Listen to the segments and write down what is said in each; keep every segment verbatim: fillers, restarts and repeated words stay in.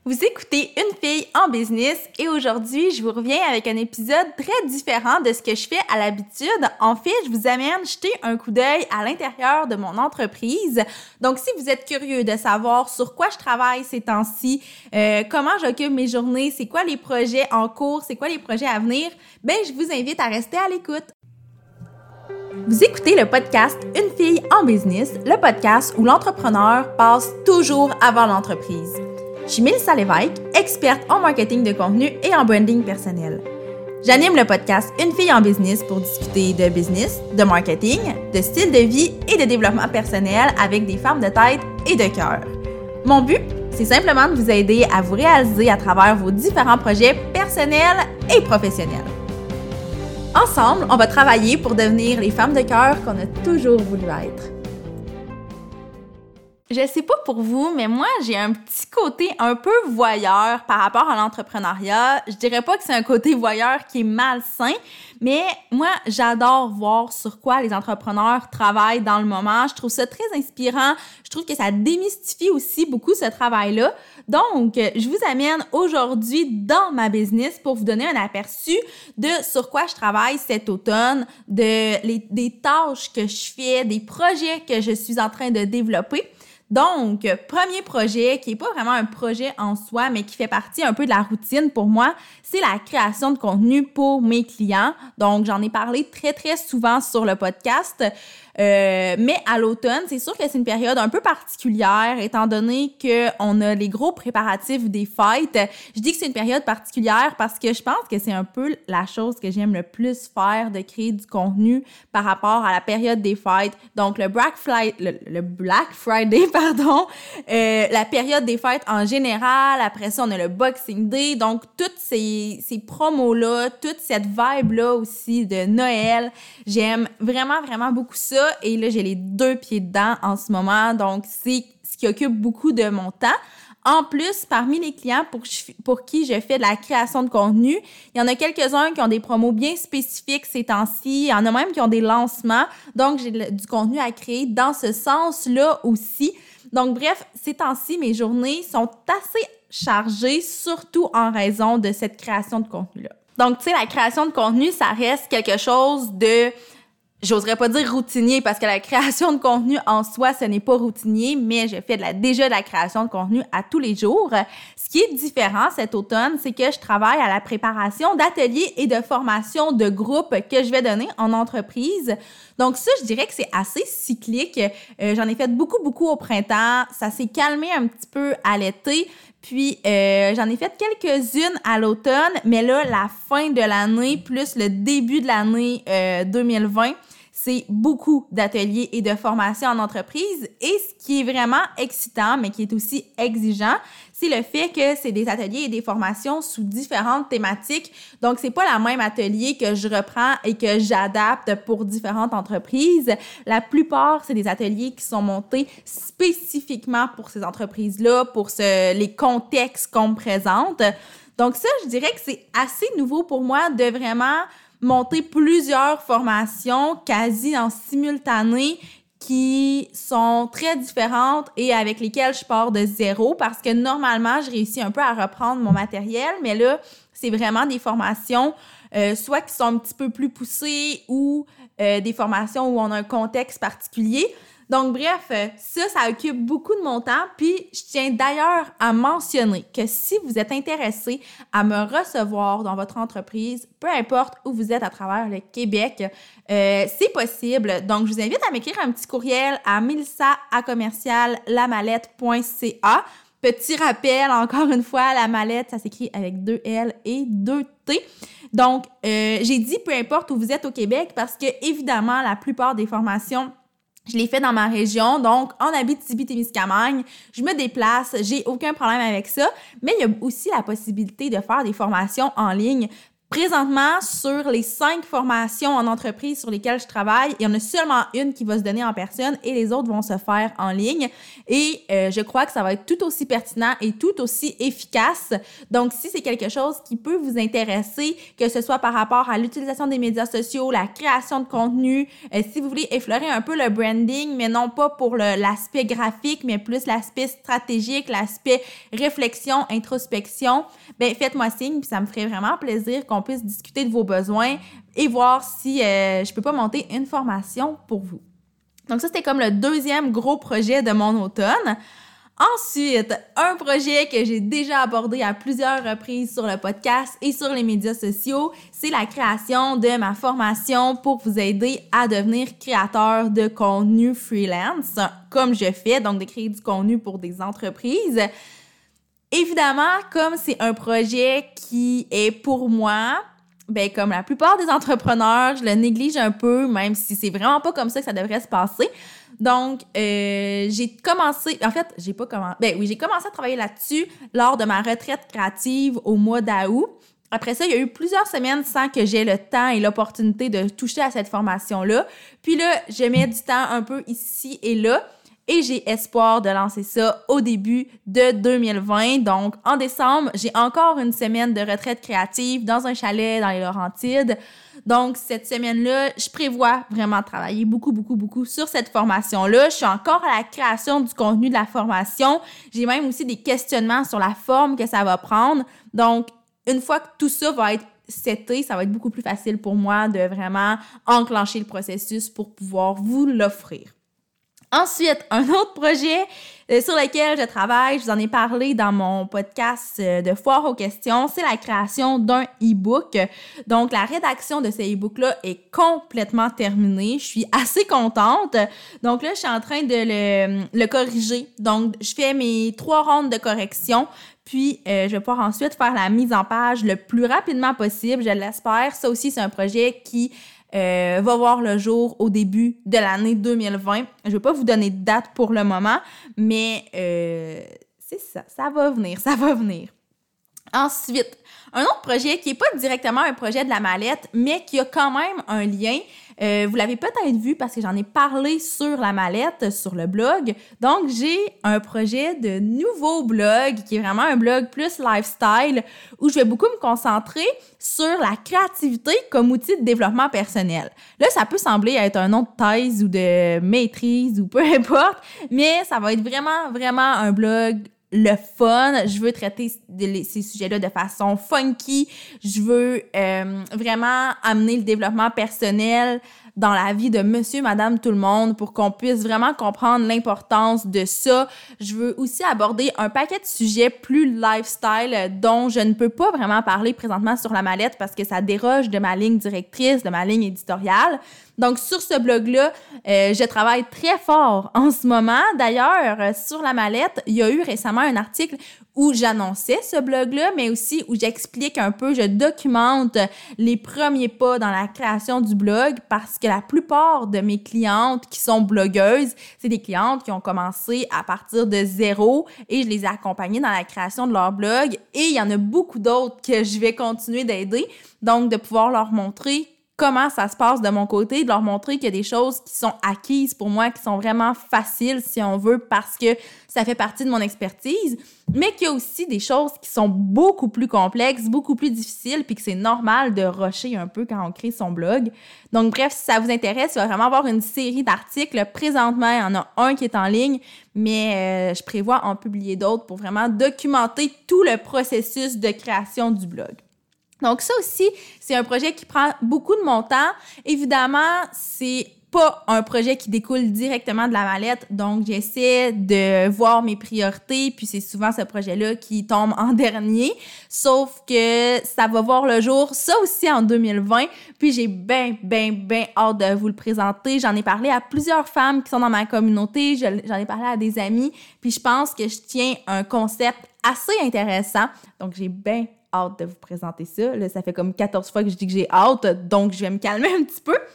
Vous écoutez Une fille en business et aujourd'hui, je vous reviens avec un épisode très différent de ce que je fais à l'habitude. En fait, je vous amène jeter un coup d'œil à l'intérieur de mon entreprise. Donc, si vous êtes curieux de savoir sur quoi je travaille ces temps-ci, euh, comment j'occupe mes journées, c'est quoi les projets en cours, c'est quoi les projets à venir, ben je vous invite à rester à l'écoute. Vous écoutez le podcast Une fille en business, le podcast où l'entrepreneur passe toujours avant l'entreprise. Je suis Mélissa Lévesque, experte en marketing de contenu et en branding personnel. J'anime le podcast Une fille en business pour discuter de business, de marketing, de style de vie et de développement personnel avec des femmes de tête et de cœur. Mon but, c'est simplement de vous aider à vous réaliser à travers vos différents projets personnels et professionnels. Ensemble, on va travailler pour devenir les femmes de cœur qu'on a toujours voulu être. Je sais pas pour vous, mais moi, j'ai un petit côté un peu voyeur par rapport à l'entrepreneuriat. Je dirais pas que c'est un côté voyeur qui est malsain, mais moi, j'adore voir sur quoi les entrepreneurs travaillent dans le moment. Je trouve ça très inspirant. Je trouve que ça démystifie aussi beaucoup ce travail-là. Donc, je vous amène aujourd'hui dans ma business pour vous donner un aperçu de sur quoi je travaille cet automne, de les, des tâches que je fais, des projets que je suis en train de développer. Donc, premier projet, qui est pas vraiment un projet en soi, mais qui fait partie un peu de la routine pour moi, c'est la création de contenu pour mes clients. Donc, j'en ai parlé très, très souvent sur le podcast. Euh, mais à l'automne, c'est sûr que c'est une période un peu particulière, étant donné qu'on a les gros préparatifs des fêtes. Je dis que c'est une période particulière parce que je pense que c'est un peu la chose que j'aime le plus faire, de créer du contenu par rapport à la période des fêtes. Donc, le Black Friday, le, le Black Friday, pardon, euh, la période des fêtes en général. Après ça, on a le Boxing Day. Donc, toutes ces, ces promos-là, toute cette vibe-là aussi de Noël, j'aime vraiment, vraiment beaucoup ça. Et là, j'ai les deux pieds dedans en ce moment. Donc, c'est ce qui occupe beaucoup de mon temps. En plus, parmi les clients pour, pour qui je fais de la création de contenu, il y en a quelques-uns qui ont des promos bien spécifiques ces temps-ci. Il y en a même qui ont des lancements. Donc, j'ai du contenu à créer dans ce sens-là aussi. Donc, bref, ces temps-ci, mes journées sont assez chargées, surtout en raison de cette création de contenu-là. Donc, tu sais, la création de contenu, ça reste quelque chose de... J'oserais pas dire routinier parce que la création de contenu en soi, ce n'est pas routinier, mais je fais de la, déjà de la création de contenu à tous les jours. Ce qui est différent cet automne, c'est que je travaille à la préparation d'ateliers et de formations de groupes que je vais donner en entreprise. Donc ça, je dirais que c'est assez cyclique. Euh, j'en ai fait beaucoup, beaucoup au printemps. Ça s'est calmé un petit peu à l'été. Puis, euh, j'en ai fait quelques-unes à l'automne, mais là, la fin de l'année plus le début de l'année euh, deux mille vingt, c'est beaucoup d'ateliers et de formations en entreprise. Et ce qui est vraiment excitant, mais qui est aussi exigeant, c'est le fait que c'est des ateliers et des formations sous différentes thématiques. Donc, c'est pas la même atelier que je reprends et que j'adapte pour différentes entreprises. La plupart, c'est des ateliers qui sont montés spécifiquement pour ces entreprises-là, pour ce, les contextes qu'on me présente. Donc, ça, je dirais que c'est assez nouveau pour moi de vraiment monter plusieurs formations quasi en simultané qui sont très différentes et avec lesquelles je pars de zéro parce que normalement, je réussis un peu à reprendre mon matériel, mais là, c'est vraiment des formations euh, soit qui sont un petit peu plus poussées ou euh, des formations où on a un contexte particulier. Donc, bref, ça, ça occupe beaucoup de mon temps. Puis, je tiens d'ailleurs à mentionner que si vous êtes intéressé à me recevoir dans votre entreprise, peu importe où vous êtes à travers le Québec, euh, c'est possible. Donc, je vous invite à m'écrire un petit courriel à mélissa à commercial lamallette point c a. Petit rappel, encore une fois, la mallette, ça s'écrit avec deux L et deux T. Donc, euh, j'ai dit peu importe où vous êtes au Québec parce que, évidemment, la plupart des formations je l'ai fait dans ma région, donc en Abitibi-Témiscamingue, je me déplace, j'ai aucun problème avec ça, mais il y a aussi la possibilité de faire des formations en ligne Présentement, sur les cinq formations en entreprise sur lesquelles je travaille, il y en a seulement une qui va se donner en personne et les autres vont se faire en ligne. Et euh, je crois que ça va être tout aussi pertinent et tout aussi efficace. Donc, si c'est quelque chose qui peut vous intéresser, que ce soit par rapport à l'utilisation des médias sociaux, la création de contenu, euh, si vous voulez effleurer un peu le branding, mais non pas pour le, l'aspect graphique, mais plus l'aspect stratégique, l'aspect réflexion, introspection, ben faites-moi signe, puis ça me ferait vraiment plaisir qu'on puisse discuter de vos besoins et voir si euh, je peux pas monter une formation pour vous. Donc ça, c'était comme le deuxième gros projet de mon automne. Ensuite, un projet que j'ai déjà abordé à plusieurs reprises sur le podcast et sur les médias sociaux, c'est la création de ma formation pour vous aider à devenir créateur de contenu freelance, comme je fais, donc de créer du contenu pour des entreprises. Évidemment, comme c'est un projet qui est pour moi, ben comme la plupart des entrepreneurs, je le néglige un peu, même si c'est vraiment pas comme ça que ça devrait se passer. Donc, euh, j'ai commencé, en fait, j'ai pas commencé, ben oui, j'ai commencé à travailler là-dessus lors de ma retraite créative au mois d'août. Après ça, il y a eu plusieurs semaines sans que j'aie le temps et l'opportunité de toucher à cette formation-là. Puis là, je mets du temps un peu ici et là. Et j'ai espoir de lancer ça au début de deux mille vingt. Donc, en décembre, j'ai encore une semaine de retraite créative dans un chalet dans les Laurentides. Donc, cette semaine-là, je prévois vraiment travailler beaucoup, beaucoup, beaucoup sur cette formation-là. Je suis encore à la création du contenu de la formation. J'ai même aussi des questionnements sur la forme que ça va prendre. Donc, une fois que tout ça va être seté, ça va être beaucoup plus facile pour moi de vraiment enclencher le processus pour pouvoir vous l'offrir. Ensuite, un autre projet euh, sur lequel je travaille, je vous en ai parlé dans mon podcast euh, de Foire aux questions, c'est la création d'un e-book. Donc, la rédaction de ce e-book-là est complètement terminée. Je suis assez contente. Donc là, je suis en train de le, le corriger. Donc, je fais mes trois rondes de correction. Puis, euh, je vais pouvoir ensuite faire la mise en page le plus rapidement possible, je l'espère. Ça aussi, c'est un projet qui Euh, va voir le jour au début de l'année deux mille vingt. Je ne vais pas vous donner de date pour le moment, mais euh, c'est ça, ça va venir, ça va venir. Ensuite, un autre projet qui n'est pas directement un projet de la mallette, mais qui a quand même un lien. Euh, vous l'avez peut-être vu parce que j'en ai parlé sur la mallette, sur le blog. Donc, j'ai un projet de nouveau blog qui est vraiment un blog plus lifestyle où je vais beaucoup me concentrer sur la créativité comme outil de développement personnel. Là, ça peut sembler être un nom de thèse ou de maîtrise ou peu importe, mais ça va être vraiment, vraiment un blog le fun. Je veux traiter ces sujets-là de façon funky. Je veux euh, vraiment amener le développement personnel dans la vie de monsieur, madame, tout le monde pour qu'on puisse vraiment comprendre l'importance de ça. Je veux aussi aborder un paquet de sujets plus lifestyle dont je ne peux pas vraiment parler présentement sur la mallette parce que ça déroge de ma ligne directrice, de ma ligne éditoriale. Donc, sur ce blog-là, euh, je travaille très fort en ce moment. D'ailleurs, sur la mallette, il y a eu récemment un article où j'annonçais ce blog-là, mais aussi où j'explique un peu, je documente les premiers pas dans la création du blog parce que la plupart de mes clientes qui sont blogueuses, c'est des clientes qui ont commencé à partir de zéro et je les ai accompagnées dans la création de leur blog et il y en a beaucoup d'autres que je vais continuer d'aider. Donc, de pouvoir leur montrer comment ça se passe de mon côté, de leur montrer qu'il y a des choses qui sont acquises pour moi, qui sont vraiment faciles, si on veut, parce que ça fait partie de mon expertise, mais qu'il y a aussi des choses qui sont beaucoup plus complexes, beaucoup plus difficiles, puis que c'est normal de rusher un peu quand on crée son blog. Donc, bref, si ça vous intéresse, il va vraiment avoir une série d'articles. Présentement, il y en a un qui est en ligne, mais euh, je prévois en publier d'autres pour vraiment documenter tout le processus de création du blog. Donc ça aussi, c'est un projet qui prend beaucoup de mon temps. Évidemment, c'est pas un projet qui découle directement de la mallette, donc j'essaie de voir mes priorités, puis c'est souvent ce projet-là qui tombe en dernier, sauf que ça va voir le jour, ça aussi en deux mille vingt, puis j'ai bien, bien, bien hâte de vous le présenter. J'en ai parlé à plusieurs femmes qui sont dans ma communauté, j'en ai parlé à des amis, puis je pense que je tiens un concept assez intéressant, donc j'ai bien hâte de vous présenter ça. Là, ça fait comme quatorze fois que je dis que j'ai hâte, donc je vais me calmer un petit peu.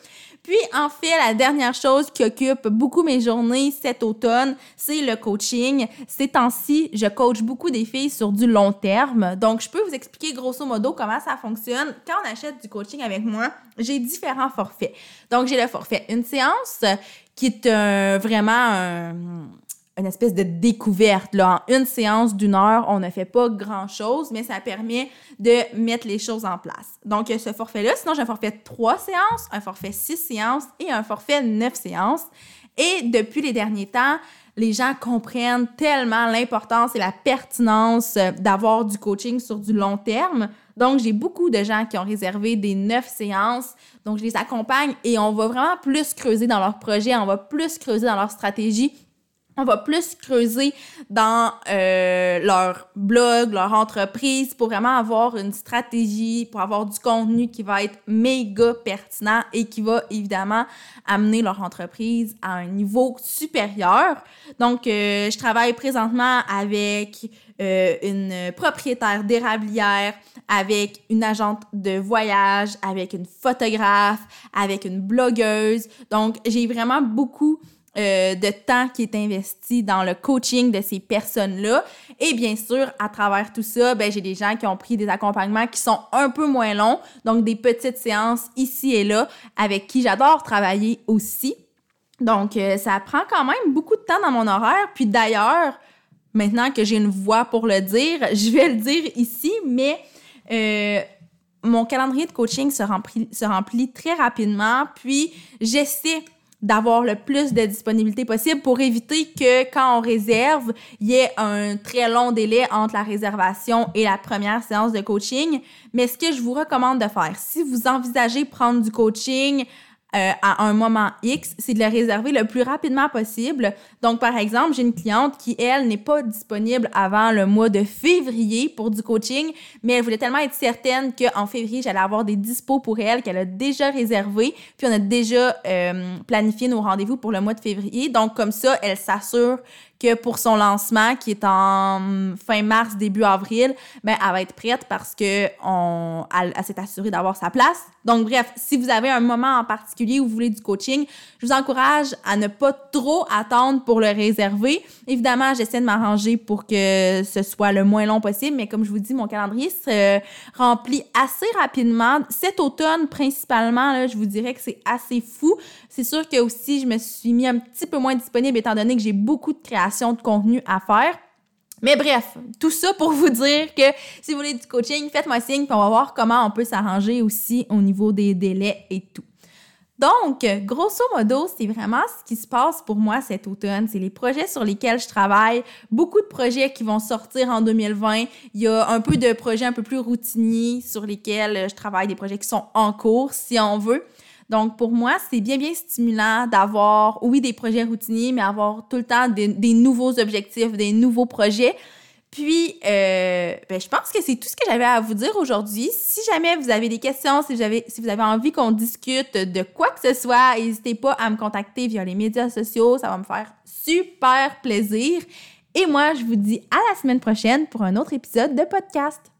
Puis, en fait, la dernière chose qui occupe beaucoup mes journées cet automne, c'est le coaching. Ces temps-ci, je coach beaucoup des filles sur du long terme. Donc, je peux vous expliquer grosso modo comment ça fonctionne. Quand on achète du coaching avec moi, j'ai différents forfaits. Donc, j'ai le forfait une séance qui est euh, vraiment un... une espèce de découverte. Là. En une séance d'une heure, on ne fait pas grand-chose, mais ça permet de mettre les choses en place. Donc, ce forfait-là, sinon j'ai un forfait trois séances, un forfait six séances et un forfait neuf séances. Et depuis les derniers temps, les gens comprennent tellement l'importance et la pertinence d'avoir du coaching sur du long terme. Donc, j'ai beaucoup de gens qui ont réservé des neuf séances. Donc, je les accompagne et on va vraiment plus creuser dans leur projet, on va plus creuser dans leur stratégie. On va plus creuser dans euh, leur blog, leur entreprise pour vraiment avoir une stratégie, pour avoir du contenu qui va être méga pertinent et qui va évidemment amener leur entreprise à un niveau supérieur. Donc, euh, je travaille présentement avec euh, une propriétaire d'érablière, avec une agente de voyage, avec une photographe, avec une blogueuse. Donc, j'ai vraiment beaucoup Euh, de temps qui est investi dans le coaching de ces personnes-là. Et bien sûr, à travers tout ça, ben, j'ai des gens qui ont pris des accompagnements qui sont un peu moins longs, donc des petites séances ici et là, avec qui j'adore travailler aussi. Donc, euh, ça prend quand même beaucoup de temps dans mon horaire. Puis d'ailleurs, maintenant que j'ai une voix pour le dire, je vais le dire ici, mais euh, mon calendrier de coaching se remplit, se remplit très rapidement, puis j'essaie d'avoir le plus de disponibilité possible pour éviter que quand on réserve, il y ait un très long délai entre la réservation et la première séance de coaching. Mais ce que je vous recommande de faire, si vous envisagez prendre du coaching euh, à un moment X, c'est de le réserver le plus rapidement possible. Donc, par exemple, j'ai une cliente qui, elle, n'est pas disponible avant le mois de février pour du coaching, mais elle voulait tellement être certaine qu'en février, j'allais avoir des dispos pour elle, qu'elle a déjà réservé, puis on a déjà euh, planifié nos rendez-vous pour le mois de février. Donc, comme ça, elle s'assure que pour son lancement, qui est en fin mars, début avril, ben, elle va être prête parce que on, elle, elle s'est assurée d'avoir sa place. Donc, bref, si vous avez un moment en particulier où vous voulez du coaching, je vous encourage à ne pas trop attendre pour le réserver. Évidemment, j'essaie de m'arranger pour que ce soit le moins long possible, mais comme je vous dis, mon calendrier se remplit assez rapidement. Cet automne, principalement, là, je vous dirais que c'est assez fou. C'est sûr que aussi, je me suis mis un petit peu moins disponible étant donné que j'ai beaucoup de création de contenu à faire. Mais bref, tout ça pour vous dire que si vous voulez du coaching, faites-moi signe, puis on va voir comment on peut s'arranger aussi au niveau des délais et tout. Donc, grosso modo, c'est vraiment ce qui se passe pour moi cet automne. C'est les projets sur lesquels je travaille. Beaucoup de projets qui vont sortir en deux mille vingt. Il y a un peu de projets un peu plus routiniers sur lesquels je travaille, des projets qui sont en cours, si on veut. Donc, pour moi, c'est bien, bien stimulant d'avoir, oui, des projets routiniers, mais avoir tout le temps des, des nouveaux objectifs, des nouveaux projets. Puis, euh, ben, je pense que c'est tout ce que j'avais à vous dire aujourd'hui. Si jamais vous avez des questions, si vous avez, si vous avez envie qu'on discute de quoi que ce soit, n'hésitez pas à me contacter via les médias sociaux. Ça va me faire super plaisir. Et moi, je vous dis à la semaine prochaine pour un autre épisode de podcast.